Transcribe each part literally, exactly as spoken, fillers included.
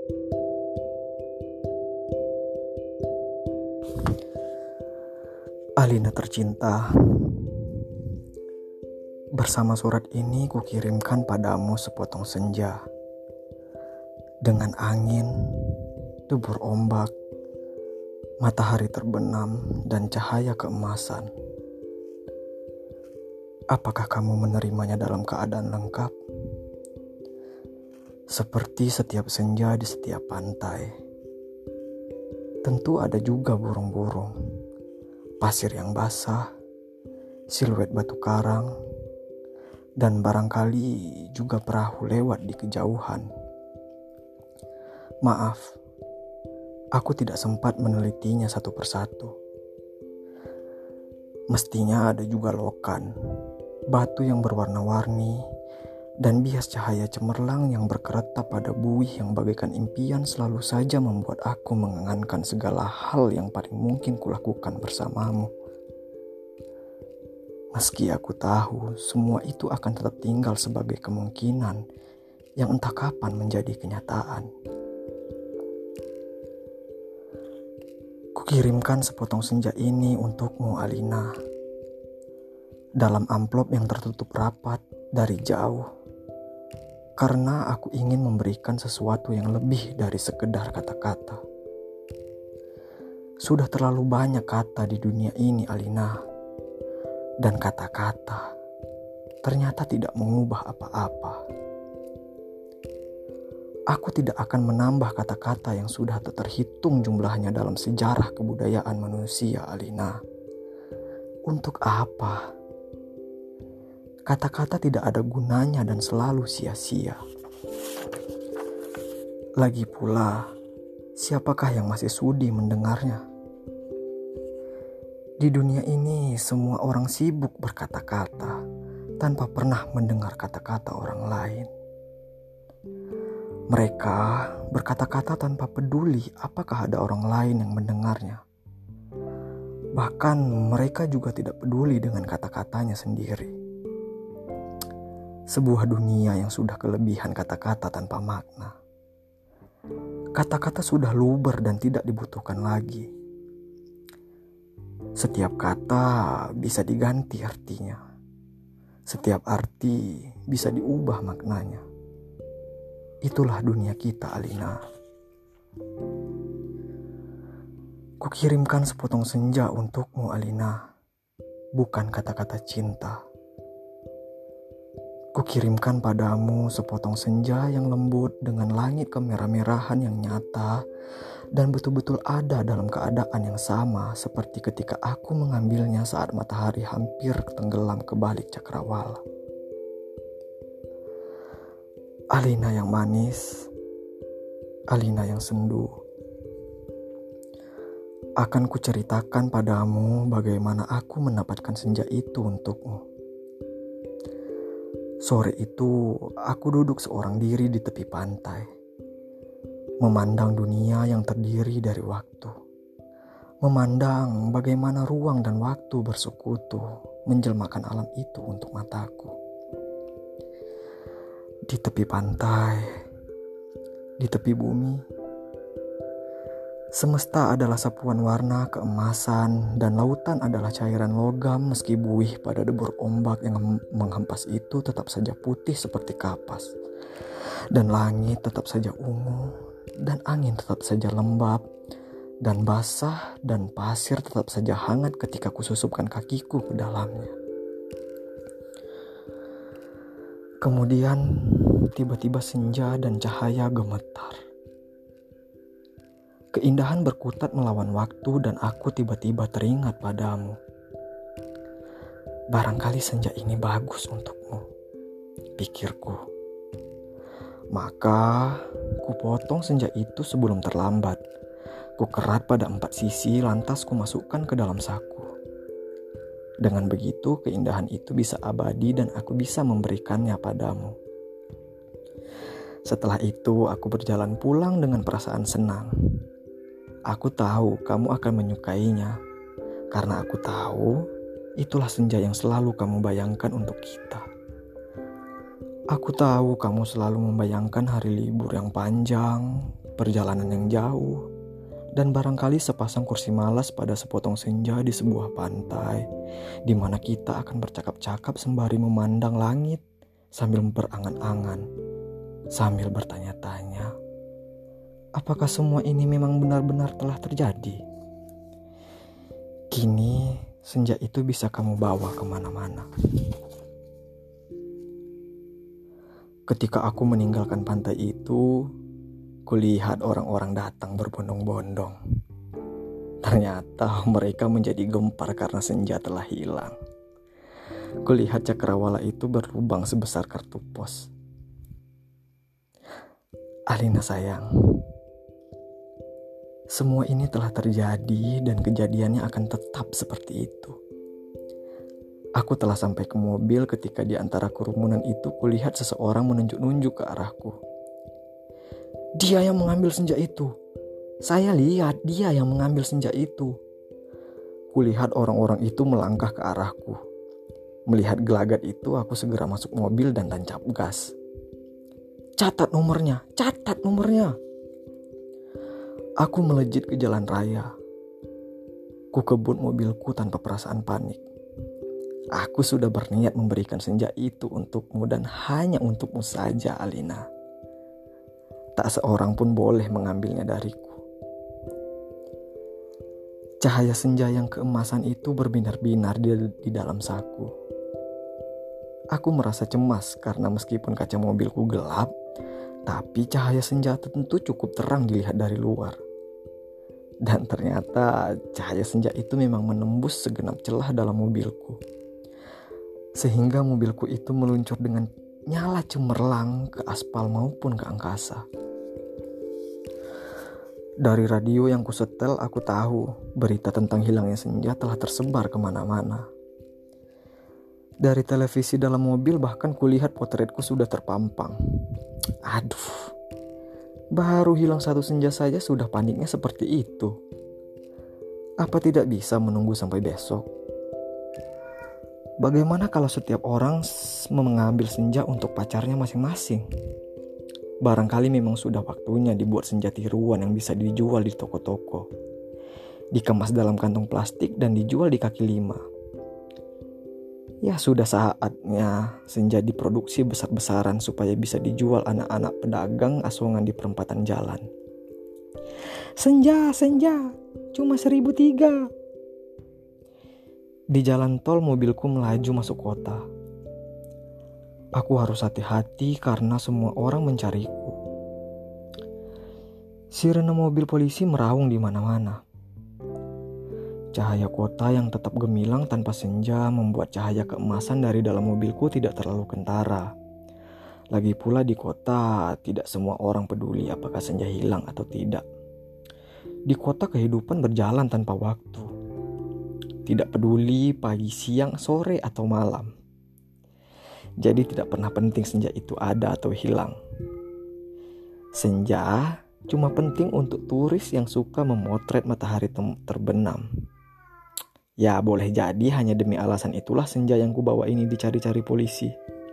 Alina tercinta, bersama surat ini kukirimkan padamu sepotong senja. Dengan angin, debur ombak, matahari terbenam, dan cahaya keemasan. Apakah kamu menerimanya dalam keadaan lengkap? Seperti setiap senja di setiap pantai. Tentu ada juga burung-burung, pasir yang basah, siluet batu karang, dan barangkali juga perahu lewat di kejauhan. Maaf, aku tidak sempat menelitinya satu persatu. Mestinya ada juga lokan, batu yang berwarna-warni, dan bias cahaya cemerlang yang berkeretap pada buih yang bagaikan impian selalu saja membuat aku mengangankan segala hal yang paling mungkin kulakukan bersamamu. Meski aku tahu semua itu akan tetap tinggal sebagai kemungkinan yang entah kapan menjadi kenyataan. Kukirimkan sepotong senja ini untukmu, Alina, dalam amplop yang tertutup rapat dari jauh. Karena aku ingin memberikan sesuatu yang lebih dari sekedar kata-kata. Sudah terlalu banyak kata di dunia ini, Alina. Dan kata-kata ternyata tidak mengubah apa-apa. Aku tidak akan menambah kata-kata yang sudah tak terhitung jumlahnya dalam sejarah kebudayaan manusia, Alina. Untuk apa? Kata-kata tidak ada gunanya dan selalu sia-sia. Lagi pula, siapakah yang masih sudi mendengarnya? Di dunia ini, semua orang sibuk berkata-kata tanpa pernah mendengar kata-kata orang lain. Mereka berkata-kata tanpa peduli apakah ada orang lain yang mendengarnya. Bahkan mereka juga tidak peduli dengan kata-katanya sendiri. Sebuah dunia yang sudah kelebihan kata-kata tanpa makna. Kata-kata sudah luber dan tidak dibutuhkan lagi. Setiap kata bisa diganti artinya. Setiap arti bisa diubah maknanya. Itulah dunia kita, Alina. Kukirimkan sepotong senja untukmu, Alina. Bukan kata-kata cinta. Kukirimkan padamu sepotong senja yang lembut dengan langit kemerah-merahan yang nyata dan betul-betul ada dalam keadaan yang sama seperti ketika aku mengambilnya saat matahari hampir tenggelam ke balik cakrawala. Alina yang manis, Alina yang sendu. Akan kuceritakan padamu bagaimana aku mendapatkan senja itu untukmu. Sore itu, aku duduk seorang diri di tepi pantai, memandang dunia yang terdiri dari waktu, memandang bagaimana ruang dan waktu bersekutu menjelmakan alam itu untuk mataku. Di tepi pantai, di tepi bumi, semesta adalah sapuan warna keemasan dan lautan adalah cairan logam meski buih pada debur ombak yang menghempas itu tetap saja putih seperti kapas. Dan langit tetap saja ungu dan angin tetap saja lembab dan basah dan pasir tetap saja hangat ketika kususupkan kakiku ke dalamnya. Kemudian tiba-tiba senja dan cahaya gemetar. Keindahan berkutat melawan waktu dan aku tiba-tiba teringat padamu. Barangkali senja ini bagus untukmu, pikirku. Maka kupotong senja itu sebelum terlambat. Kukerat pada empat sisi lantas kumasukkan ke dalam saku. Dengan begitu keindahan itu bisa abadi dan aku bisa memberikannya padamu. Setelah itu aku berjalan pulang dengan perasaan senang. Aku tahu kamu akan menyukainya, karena aku tahu itulah senja yang selalu kamu bayangkan untuk kita. Aku tahu kamu selalu membayangkan hari libur yang panjang, perjalanan yang jauh, dan barangkali sepasang kursi malas pada sepotong senja di sebuah pantai, di mana kita akan bercakap-cakap sembari memandang langit sambil berangan-angan, sambil bertanya-tanya, apakah semua ini memang benar-benar telah terjadi? Kini senja itu bisa kamu bawa kemana-mana. Ketika aku meninggalkan pantai itu, kulihat orang-orang datang berbondong-bondong. Ternyata mereka menjadi gempar karena senja telah hilang. Kulihat cakrawala itu berlubang sebesar kartu pos. Alina sayang, semua ini telah terjadi dan kejadiannya akan tetap seperti itu. Aku telah sampai ke mobil ketika di antara kerumunan itu kulihat seseorang menunjuk-nunjuk ke arahku. Dia yang mengambil senja itu. Saya lihat dia yang mengambil senja itu. Kulihat orang-orang itu melangkah ke arahku. Melihat gelagat itu, aku segera masuk mobil dan tancap gas. Catat nomornya, catat nomornya. Aku melejit ke jalan raya. Ku kebut mobilku tanpa perasaan panik. Aku sudah berniat memberikan senja itu untukmu dan hanya untukmu saja, Alina. Tak seorang pun boleh mengambilnya dariku. Cahaya senja yang keemasan itu berbinar-binar di, di dalam saku. Aku merasa cemas karena meskipun kaca mobilku gelap, tapi cahaya senja tentu cukup terang dilihat dari luar. Dan ternyata cahaya senja itu memang menembus segenap celah dalam mobilku. Sehingga mobilku itu meluncur dengan nyala cemerlang ke aspal maupun ke angkasa. Dari radio yang kusetel aku tahu berita tentang hilangnya senja telah tersebar kemana-mana. Dari televisi dalam mobil bahkan kulihat potretku sudah terpampang. Aduh, baru hilang satu senja saja sudah paniknya seperti itu. Apa tidak bisa menunggu sampai besok? Bagaimana kalau setiap orang mengambil senja untuk pacarnya masing-masing? Barangkali memang sudah waktunya dibuat senja tiruan yang bisa dijual di toko-toko. Dikemas dalam kantong plastik dan dijual di kaki lima. Ya sudah saatnya senja diproduksi besar-besaran supaya bisa dijual anak-anak pedagang asongan di perempatan jalan. Senja, senja, cuma seribu tiga. Di jalan tol mobilku melaju masuk kota. Aku harus hati-hati karena semua orang mencariku. Sirene mobil polisi meraung di mana-mana. Cahaya kota yang tetap gemilang tanpa senja membuat cahaya keemasan dari dalam mobilku tidak terlalu kentara. Lagi pula di kota tidak semua orang peduli apakah senja hilang atau tidak. Di kota kehidupan berjalan tanpa waktu. Tidak peduli pagi, siang, sore, atau malam. Jadi tidak pernah penting senja itu ada atau hilang. Senja cuma penting untuk turis yang suka memotret matahari terbenam. Ya boleh jadi hanya demi alasan itulah senja yang kubawa ini dicari-cari polisi.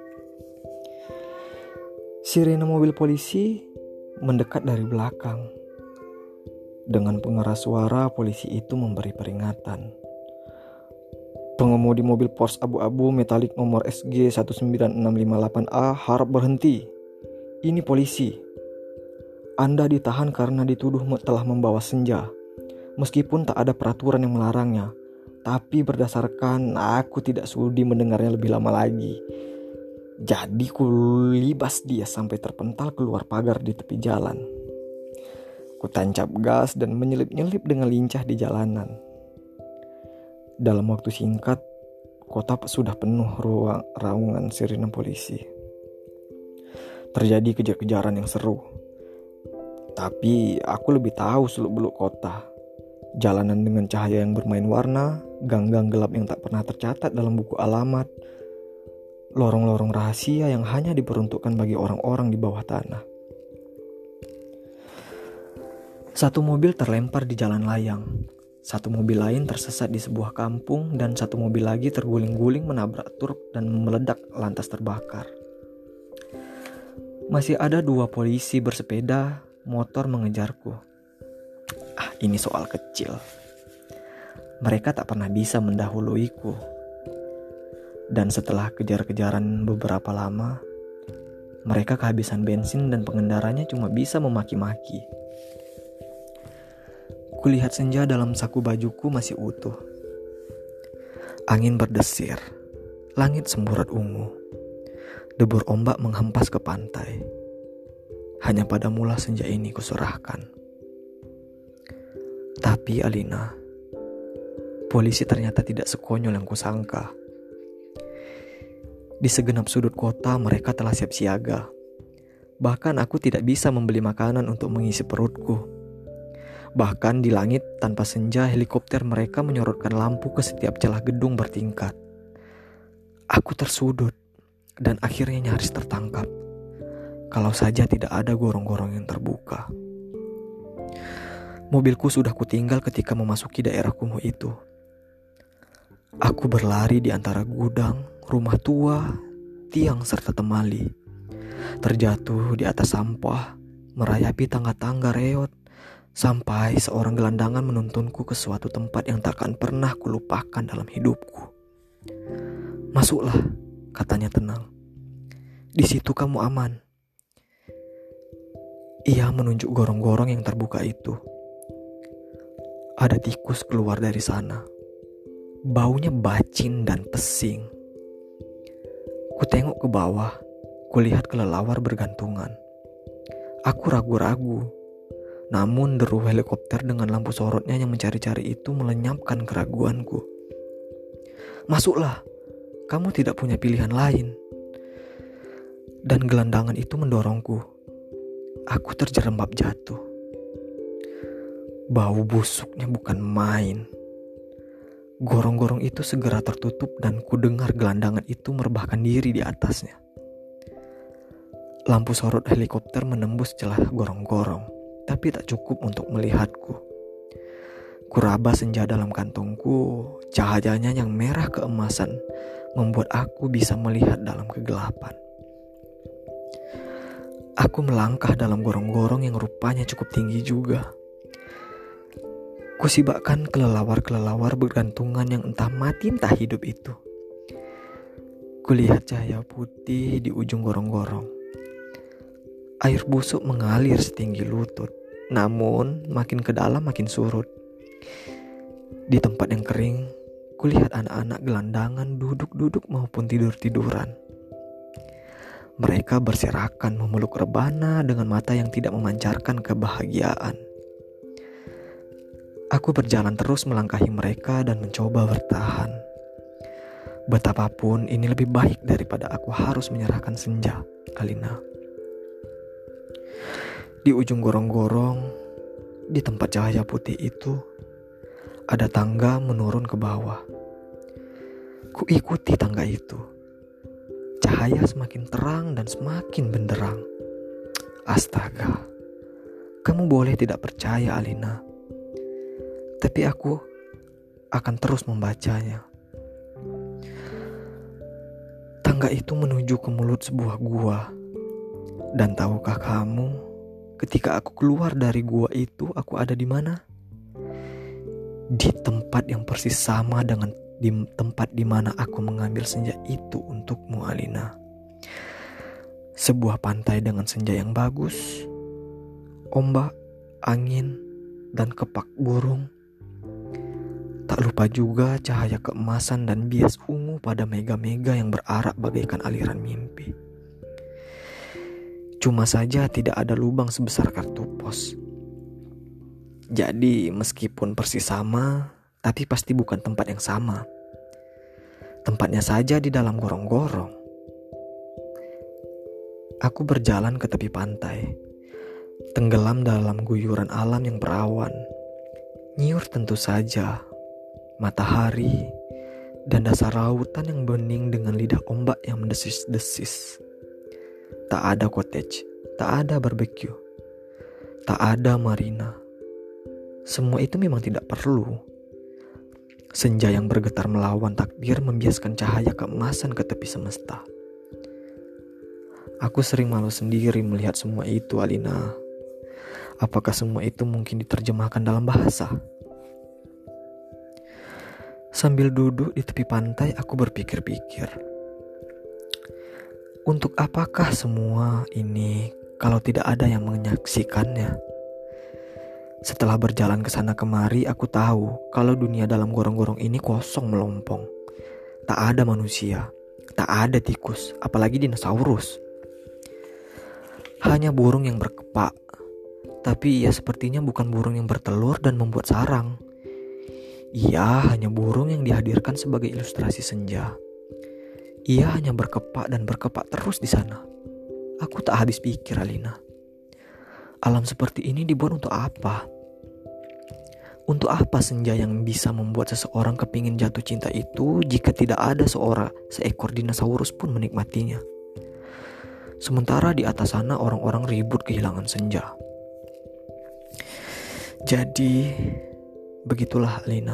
Sirene mobil polisi mendekat dari belakang. Dengan pengeras suara polisi itu memberi peringatan. Pengemudi mobil Porsche abu-abu metalik nomor S G satu sembilan enam lima delapan A harap berhenti. Ini polisi. Anda ditahan karena dituduh telah membawa senja. Meskipun tak ada peraturan yang melarangnya. Tapi berdasarkan aku tidak sudi mendengarnya lebih lama lagi. Jadi kulibas dia sampai terpental keluar pagar di tepi jalan. Kutancap gas dan menyelip-nyelip dengan lincah di jalanan. Dalam waktu singkat, kota sudah penuh ruang raungan sirine polisi. Terjadi kejar-kejaran yang seru. Tapi aku lebih tahu seluk-beluk kota. Jalanan dengan cahaya yang bermain warna, gang-gang gelap yang tak pernah tercatat dalam buku alamat, lorong-lorong rahasia yang hanya diperuntukkan bagi orang-orang di bawah tanah. Satu mobil terlempar di jalan layang. Satu mobil lain tersesat di sebuah kampung dan satu mobil lagi terguling-guling menabrak truk dan meledak lantas terbakar. Masih ada dua polisi bersepeda motor mengejarku. Ah, ini soal kecil. Mereka tak pernah bisa mendahuluiku. Dan setelah kejar-kejaran beberapa lama, mereka kehabisan bensin dan pengendaranya cuma bisa memaki-maki. Kulihat senja dalam saku bajuku masih utuh. Angin berdesir, langit semburat ungu. Debur ombak menghempas ke pantai. Hanya pada mula senja ini kuserahkan. Tapi Alina, polisi ternyata tidak sekonyol yang kusangka. Di segenap sudut kota mereka telah siap siaga. Bahkan aku tidak bisa membeli makanan untuk mengisi perutku. Bahkan di langit tanpa senja helikopter mereka menyorotkan lampu ke setiap celah gedung bertingkat. Aku tersudut dan akhirnya nyaris tertangkap. Kalau saja tidak ada gorong-gorong yang terbuka. Mobilku sudah kutinggal ketika memasuki daerah kumuh itu. Aku berlari di antara gudang, rumah tua, tiang serta temali. Terjatuh di atas sampah, merayapi tangga-tangga reot, sampai seorang gelandangan menuntunku ke suatu tempat yang takkan pernah kulupakan dalam hidupku. Masuklah, katanya tenang. Di situ kamu aman. Ia menunjuk gorong-gorong yang terbuka itu. Ada tikus keluar dari sana. Baunya bacin dan pesing. Kutengok ke bawah, kulihat kelelawar bergantungan. Aku ragu-ragu. Namun deru helikopter dengan lampu sorotnya yang mencari-cari itu melenyapkan keraguanku. Masuklah, kamu tidak punya pilihan lain. Dan gelandangan itu mendorongku. Aku terjerembab jatuh. Bau busuknya bukan main. Gorong-gorong itu segera tertutup dan kudengar gelandangan itu merebahkan diri di atasnya. Lampu sorot helikopter menembus celah gorong-gorong. Tapi tak cukup untuk melihatku. Kuraba senja dalam kantongku, cahayanya yang merah keemasan membuat aku bisa melihat dalam kegelapan. Aku melangkah dalam gorong-gorong yang rupanya cukup tinggi juga. Kusibakkan kelelawar-kelelawar bergantungan yang entah mati entah hidup itu. Kulihat cahaya putih di ujung gorong-gorong. Air busuk mengalir setinggi lutut. Namun makin ke dalam makin surut. Di tempat yang kering, kulihat anak-anak gelandangan duduk-duduk maupun tidur-tiduran. Mereka berserakan memeluk rebana dengan mata yang tidak memancarkan kebahagiaan. Aku berjalan terus melangkahi mereka dan mencoba bertahan. Betapapun ini lebih baik daripada aku harus menyerahkan senja, Alina. Di ujung gorong-gorong, di tempat cahaya putih itu, ada tangga menurun ke bawah. Kuikuti tangga itu. Cahaya semakin terang dan semakin benderang. Astaga, kamu boleh tidak percaya, Alina. Tapi aku akan terus membacanya. Tangga itu menuju ke mulut sebuah gua. Dan tahukah kamu, ketika aku keluar dari gua itu, aku ada di mana? Di tempat yang persis sama dengan di tempat di mana aku mengambil senja itu untukmu, Alina. Sebuah pantai dengan senja yang bagus, ombak, angin, dan kepak burung. Tak lupa juga cahaya keemasan dan bias ungu pada mega-mega yang berarak bagaikan aliran mimpi. Cuma saja tidak ada lubang sebesar kartu pos. Jadi meskipun persis sama, tapi pasti bukan tempat yang sama. Tempatnya saja di dalam gorong-gorong. Aku berjalan ke tepi pantai, tenggelam dalam guyuran alam yang berawan. Nyiur tentu saja, matahari, dan dasar lautan yang bening dengan lidah ombak yang mendesis-desis. Tak ada cottage, tak ada barbecue, tak ada marina. Semua itu memang tidak perlu. Senja yang bergetar melawan takdir membiaskan cahaya keemasan ke tepi semesta. Aku sering malu sendiri melihat semua itu, Alina. Apakah semua itu mungkin diterjemahkan dalam bahasa? Sambil duduk di tepi pantai, aku berpikir-pikir. Untuk apakah semua ini kalau tidak ada yang menyaksikannya? Setelah berjalan ke sana kemari, aku tahu kalau dunia dalam gorong-gorong ini kosong melompong. Tak ada manusia, tak ada tikus, apalagi dinosaurus. Hanya burung yang berkepak. Tapi ia sepertinya bukan burung yang bertelur dan membuat sarang. Ia hanya burung yang dihadirkan sebagai ilustrasi senja. Ia hanya berkepak dan berkepak terus di sana. Aku tak habis pikir, Alina. Alam seperti ini dibuat untuk apa? Untuk apa senja yang bisa membuat seseorang kepingin jatuh cinta itu jika tidak ada seorang seekor dinosaurus pun menikmatinya? Sementara di atas sana orang-orang ribut kehilangan senja. Jadi, begitulah Alina.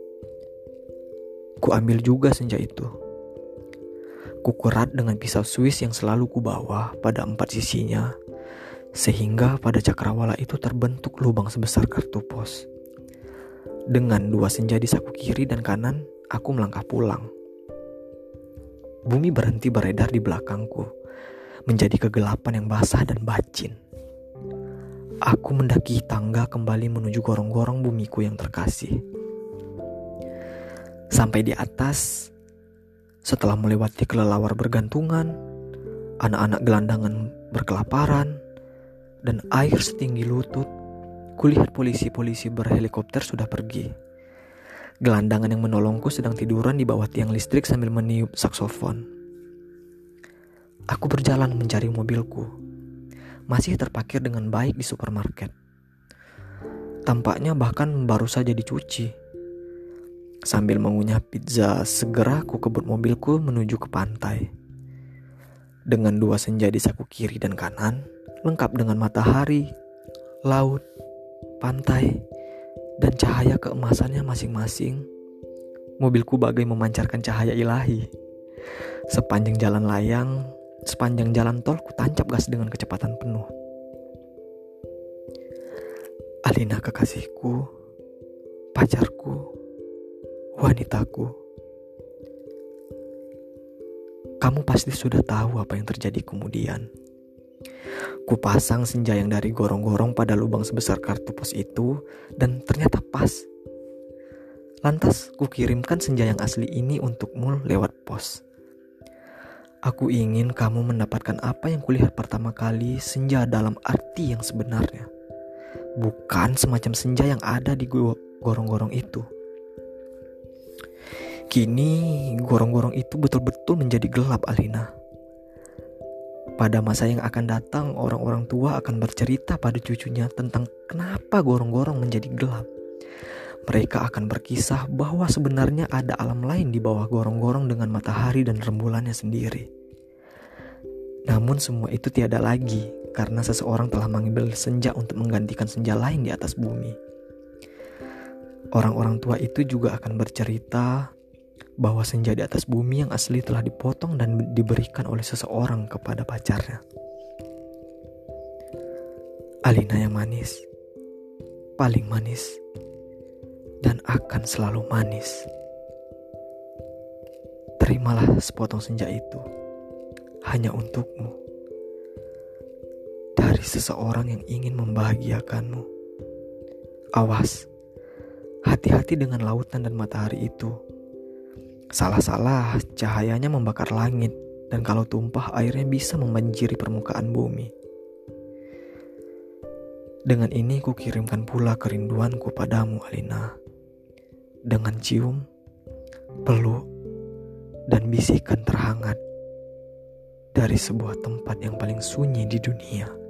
Ku ambil juga senja itu. Ku kerat dengan pisau Swiss yang selalu ku bawa pada empat sisinya, sehingga pada cakrawala itu terbentuk lubang sebesar kartu pos. Dengan dua senja di saku kiri dan kanan, aku melangkah pulang. Bumi berhenti beredar di belakangku, menjadi kegelapan yang basah dan bacin. Aku mendaki tangga kembali menuju gorong-gorong bumiku yang terkasih. Sampai di atas, setelah melewati kelelawar bergantungan, anak-anak gelandangan berkelaparan, dan air setinggi lutut, kulihat polisi-polisi berhelikopter sudah pergi. Gelandangan yang menolongku sedang tiduran di bawah tiang listrik sambil meniup saksofon. Aku berjalan mencari mobilku. Masih terparkir dengan baik di supermarket. Tampaknya bahkan baru saja dicuci. Sambil mengunyah pizza, segera ku kebut mobilku menuju ke pantai. Dengan dua senja di saku kiri dan kanan, lengkap dengan matahari, laut, pantai, dan cahaya keemasannya masing-masing, mobilku bagai memancarkan cahaya ilahi. Sepanjang jalan layang, sepanjang jalan tol ku tancap gas dengan kecepatan penuh. Alina kekasihku, pacarku, wanitaku. Kamu pasti sudah tahu apa yang terjadi kemudian. Ku pasang senja yang dari gorong-gorong pada lubang sebesar kartu pos itu, dan ternyata pas. Lantas ku kirimkan senja yang asli ini untukmu lewat pos. Aku ingin kamu mendapatkan apa yang kulihat pertama kali, senja dalam arti yang sebenarnya. Bukan semacam senja yang ada di gorong-gorong itu. Kini gorong-gorong itu betul-betul menjadi gelap, Alina. Pada masa yang akan datang, orang-orang tua akan bercerita pada cucunya tentang kenapa gorong-gorong menjadi gelap. Mereka akan berkisah bahwa sebenarnya ada alam lain di bawah gorong-gorong dengan matahari dan rembulannya sendiri. Namun semua itu tiada lagi karena seseorang telah mengambil senja untuk menggantikan senja lain di atas bumi. Orang-orang tua itu juga akan bercerita bahwa senja di atas bumi yang asli telah dipotong dan diberikan oleh seseorang kepada pacarnya. Alina yang manis, paling manis, dan akan selalu manis. Terimalah sepotong senja itu, hanya untukmu, dari seseorang yang ingin membahagiakanmu. Awas, hati-hati dengan lautan dan matahari itu. Salah-salah cahayanya membakar langit, dan kalau tumpah airnya bisa membanjiri permukaan bumi. Dengan ini kukirimkan pula kerinduanku padamu, Alina. Dengan cium, peluk, dan bisikan terhangat dari sebuah tempat yang paling sunyi di dunia.